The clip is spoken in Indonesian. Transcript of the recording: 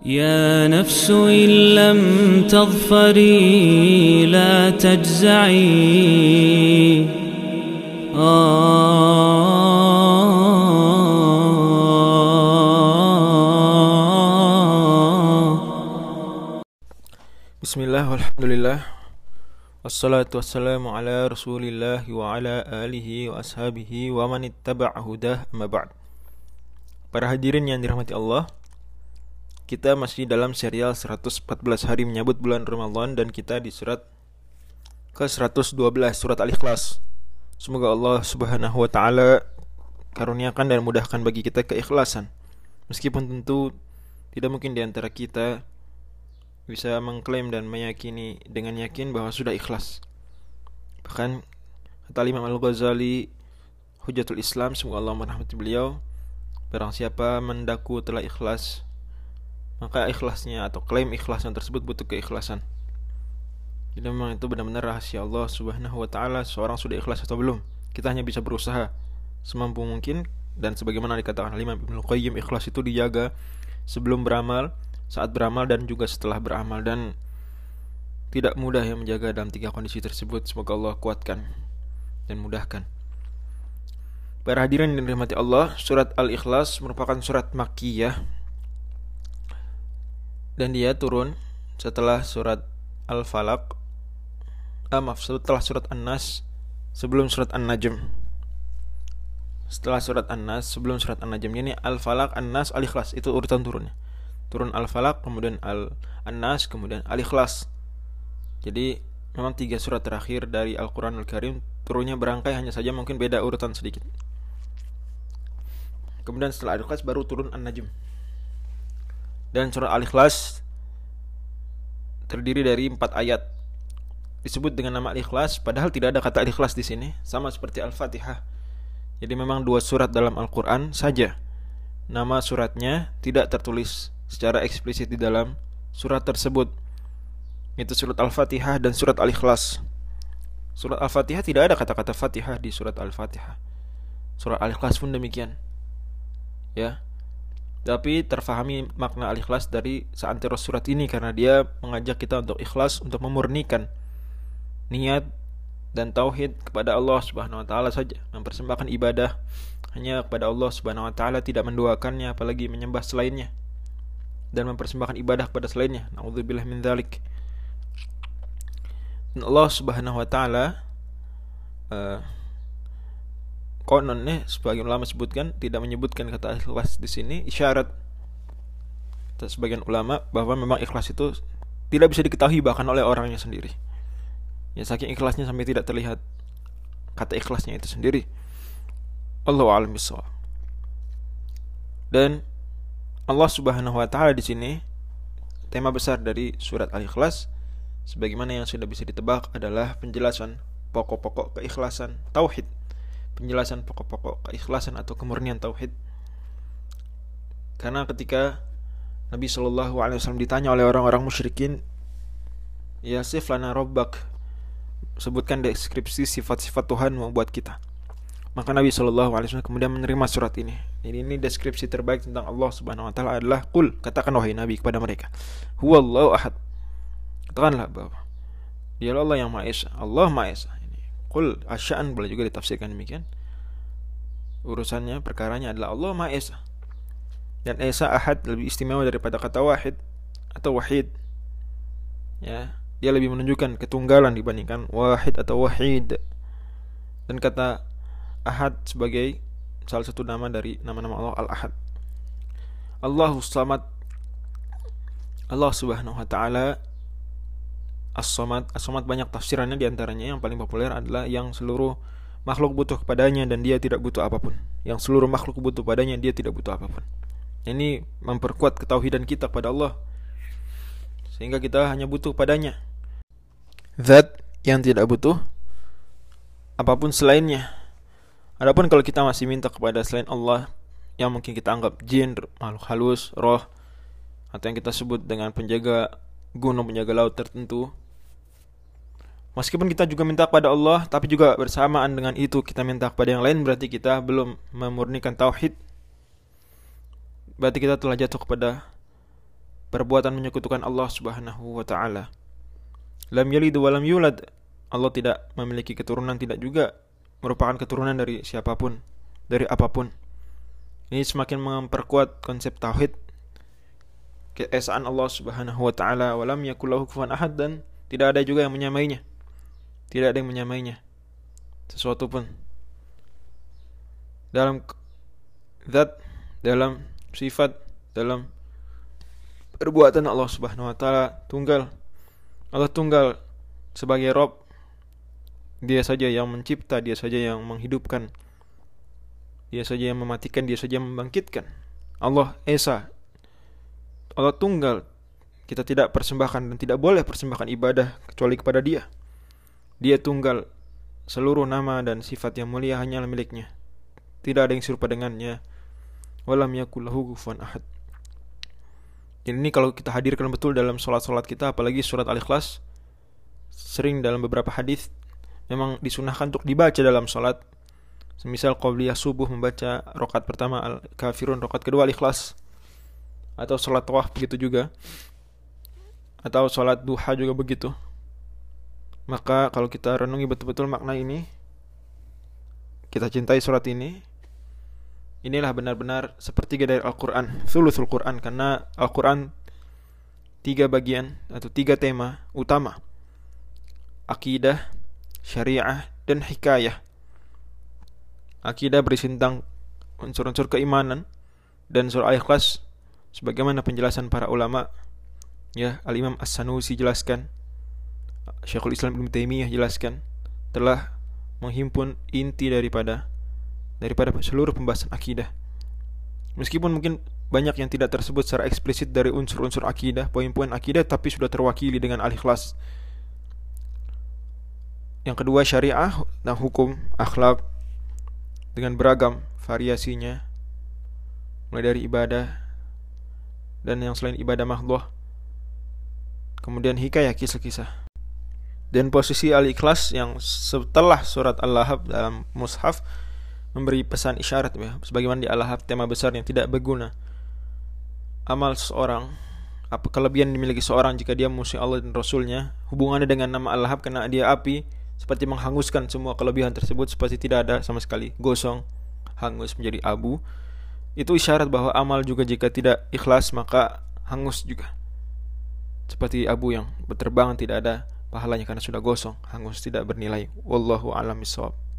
يا نفس إن لم تظفري لا تجزعي. Bismillah, walhamdulillah, wassalatu wassalamu ala rasulillah wa ala alihi wa ashabihi wa man ittaba'a hudah, amma ba'd. Para hadirin yang dirahmati Allah, kita masih dalam serial 114 hari menyambut bulan Ramadan dan kita di surat ke-112, surat Al-Ikhlas. Semoga Allah subhanahu wa ta'ala karuniakan dan mudahkan bagi kita keikhlasan. Meskipun tentu tidak mungkin di antara kita bisa mengklaim dan meyakini dengan yakin bahwa sudah ikhlas. Bahkan kata Imam Al-Ghazali Hujjatul Islam, semoga Allah merahmati beliau, barang siapa mendaku telah ikhlas, maka ikhlasnya atau klaim ikhlasan tersebut butuh keikhlasan. Jadi memang itu benar-benar rahasia Allah subhanahu wa ta'ala, seorang sudah ikhlas atau belum. Kita hanya bisa berusaha semampu mungkin, dan sebagaimana dikatakan Imam Ibnul Qayyim, ikhlas itu dijaga sebelum beramal, saat beramal, dan juga setelah beramal. Dan tidak mudah yang menjaga dalam tiga kondisi tersebut. Semoga Allah kuatkan dan mudahkan. Para hadirin yang dirahmati Allah, surat Al-Ikhlas merupakan surat Makkiyah dan dia turun setelah surat Al-Falaq, setelah surat An-Nas, sebelum surat An-Najm. Setelah surat An-Nas, sebelum surat An-Najm. Ini Al-Falaq, An-Nas, Al-Ikhlas, itu urutan turunnya. Turun Al-Falaq, kemudian An-Nas, kemudian Al-Ikhlas. Jadi memang 3 surat terakhir dari Al-Quranul Karim turunnya berangkai, hanya saja mungkin beda urutan sedikit. Kemudian setelah Al-Ikhlas baru turun An-Najm. Dan surat Al-Ikhlas terdiri dari 4 ayat. Disebut dengan nama Al-Ikhlas padahal tidak ada kata Al-Ikhlas di sini, sama seperti Al-Fatihah. Jadi memang 2 surat dalam Al-Quran saja nama suratnya tidak tertulis secara eksplisit di dalam surat tersebut. Itu surat Al-Fatihah dan surat Al-Ikhlas. Surat Al-Fatihah tidak ada kata-kata Fatihah di surat Al-Fatihah. Surat Al-Ikhlas pun demikian. Ya. Tapi terfahami makna Al-Ikhlas dari seantero surat ini karena dia mengajak kita untuk ikhlas, untuk memurnikan niat dan tauhid kepada Allah Subhanahu wa taala saja, mempersembahkan ibadah hanya kepada Allah Subhanahu wa taala, tidak mendoakannya apalagi menyembah selainnya dan mempersembahkan ibadah kepada selainnya. Nauzubillah min dzalik. Dan Allah Subhanahu wa taala kononnya sebagian ulama sebutkan tidak menyebutkan kata ikhlas di sini, isyarat sebagian ulama bahwa memang ikhlas itu tidak bisa diketahui bahkan oleh orangnya sendiri. Ya, saking ikhlasnya sampai tidak terlihat kata ikhlasnya itu sendiri. Allahu a'lam bishawab. Dan Allah Subhanahu wa taala di sini, tema besar dari surat Al-Ikhlas sebagaimana yang sudah bisa ditebak adalah penjelasan pokok-pokok keikhlasan tauhid. Penjelasan pokok-pokok keikhlasan atau kemurnian tauhid. Karena ketika Nabi sallallahu alaihi wasallam ditanya oleh orang-orang musyrikin, "Ya sif lana rabbak," sebutkan deskripsi sifat-sifat Tuhan membuat kita. Maka Nabi sallallahu alaihi wasallam kemudian menerima surat ini. Jadi ini deskripsi terbaik tentang Allah Subhanahu wa taala adalah qul, katakan wahai Nabi kepada mereka, huwallahu ahad. Katakanlah bahwa Dialah Allah yang Maha Esa, Allah Maha Esa. Ini qul asya'an boleh juga ditafsirkan demikian. Urusannya, perkaranya adalah Allah Maha Esa. Dan Esa ahad lebih istimewa daripada kata wahid atau wahid. Ya, dia lebih menunjukkan ketunggalan dibandingkan wahid atau wahid. Dan kata ahad sebagai salah satu nama dari nama-nama Allah, Al-Ahad. Allahus Samad. Allah Subhanahu wa taala As-Samad. As-Samad banyak tafsirannya, diantaranya yang paling populer adalah yang seluruh makhluk butuh kepadanya dan dia tidak butuh apapun. Yang seluruh makhluk butuh padanya, dia tidak butuh apapun. Ini memperkuat ketauhidan kita kepada Allah, sehingga kita hanya butuh padanya, zat yang tidak butuh apapun selainnya. Adapun kalau kita masih minta kepada selain Allah, yang mungkin kita anggap jin, makhluk halus, roh, atau yang kita sebut dengan penjaga gunung, penjaga laut tertentu, meskipun kita juga minta kepada Allah, tapi juga bersamaan dengan itu kita minta kepada yang lain, berarti kita belum memurnikan tauhid. Berarti kita telah jatuh kepada perbuatan menyekutukan Allah Subhanahu wa taala. Lam yalid wa lam yulad. Allah tidak memiliki keturunan, tidak juga merupakan keturunan dari siapapun, dari apapun. Ini semakin memperkuat konsep tauhid keesaan Allah Subhanahu wa taala, wa lam yakul lahu kufuwan ahad, dan tidak ada juga yang menyamainya. Tidak ada yang menyamainya sesuatu pun. Dalam zat, dalam sifat, dalam perbuatan Allah Subhanahu wa taala tunggal. Allah tunggal sebagai Rabb. Dia saja yang mencipta, dia saja yang menghidupkan, dia saja yang mematikan, dia saja yang membangkitkan. Allah Esa, Allah tunggal. Kita tidak persembahkan dan tidak boleh persembahkan ibadah kecuali kepada Dia. Dia tunggal. Seluruh nama dan sifat yang mulia hanyalah miliknya. Tidak ada yang serupa dengannya. Walam yakul lahu kufuwan ahad. Jadi ini kalau kita hadirkan betul dalam solat-solat kita, apalagi surat Al-Ikhlas, sering dalam beberapa hadis memang disunahkan untuk dibaca dalam solat. Semisal qabliyah subuh membaca rakaat pertama Al-Kafirun, rakaat kedua Al-Ikhlas, atau solat tawaf begitu juga, atau solat duha juga begitu. Maka kalau kita renungi betul-betul makna ini, kita cintai surat ini, inilah benar-benar sepertiga dari Al-Quran, thuluthul Quran, karena Al-Quran 3 bagian atau 3 tema utama: akidah, syariah, dan hikayah. Akidah berisi tentang unsur-unsur keimanan, dan surah Al-Ikhlas sebagaimana penjelasan para ulama, ya, Al-Imam As-Sanusi jelaskan, Syekhul Islam Ibnu Taimiyah jelaskan, telah menghimpun inti daripada seluruh pembahasan akidah. Meskipun mungkin banyak yang tidak tersebut secara eksplisit dari unsur-unsur akidah, poin-poin akidah, tapi sudah terwakili dengan Al-Ikhlas. Yang kedua syariah dan hukum akhlak dengan beragam variasinya, mulai dari ibadah dan yang selain ibadah mahdhah. Kemudian hikayah, kisah-kisah. Dan posisi Al-Ikhlas yang setelah surat Al-Lahab dalam mushaf memberi pesan isyarat, ya, sebagaimana di Al-Lahab tema besar yang tidak berguna. Amal seseorang, apa kelebihan dimiliki seorang jika dia musuh Allah dan Rasulnya, hubungannya dengan nama Al-Lahab karena dia api, seperti menghanguskan semua kelebihan tersebut, seperti tidak ada sama sekali, gosong, hangus menjadi abu. Itu isyarat bahwa amal juga jika tidak ikhlas maka hangus juga, seperti abu yang berterbangan, tidak ada pahalanya karena sudah gosong, hangus, tidak bernilai. Wallahu a'lam bishawab.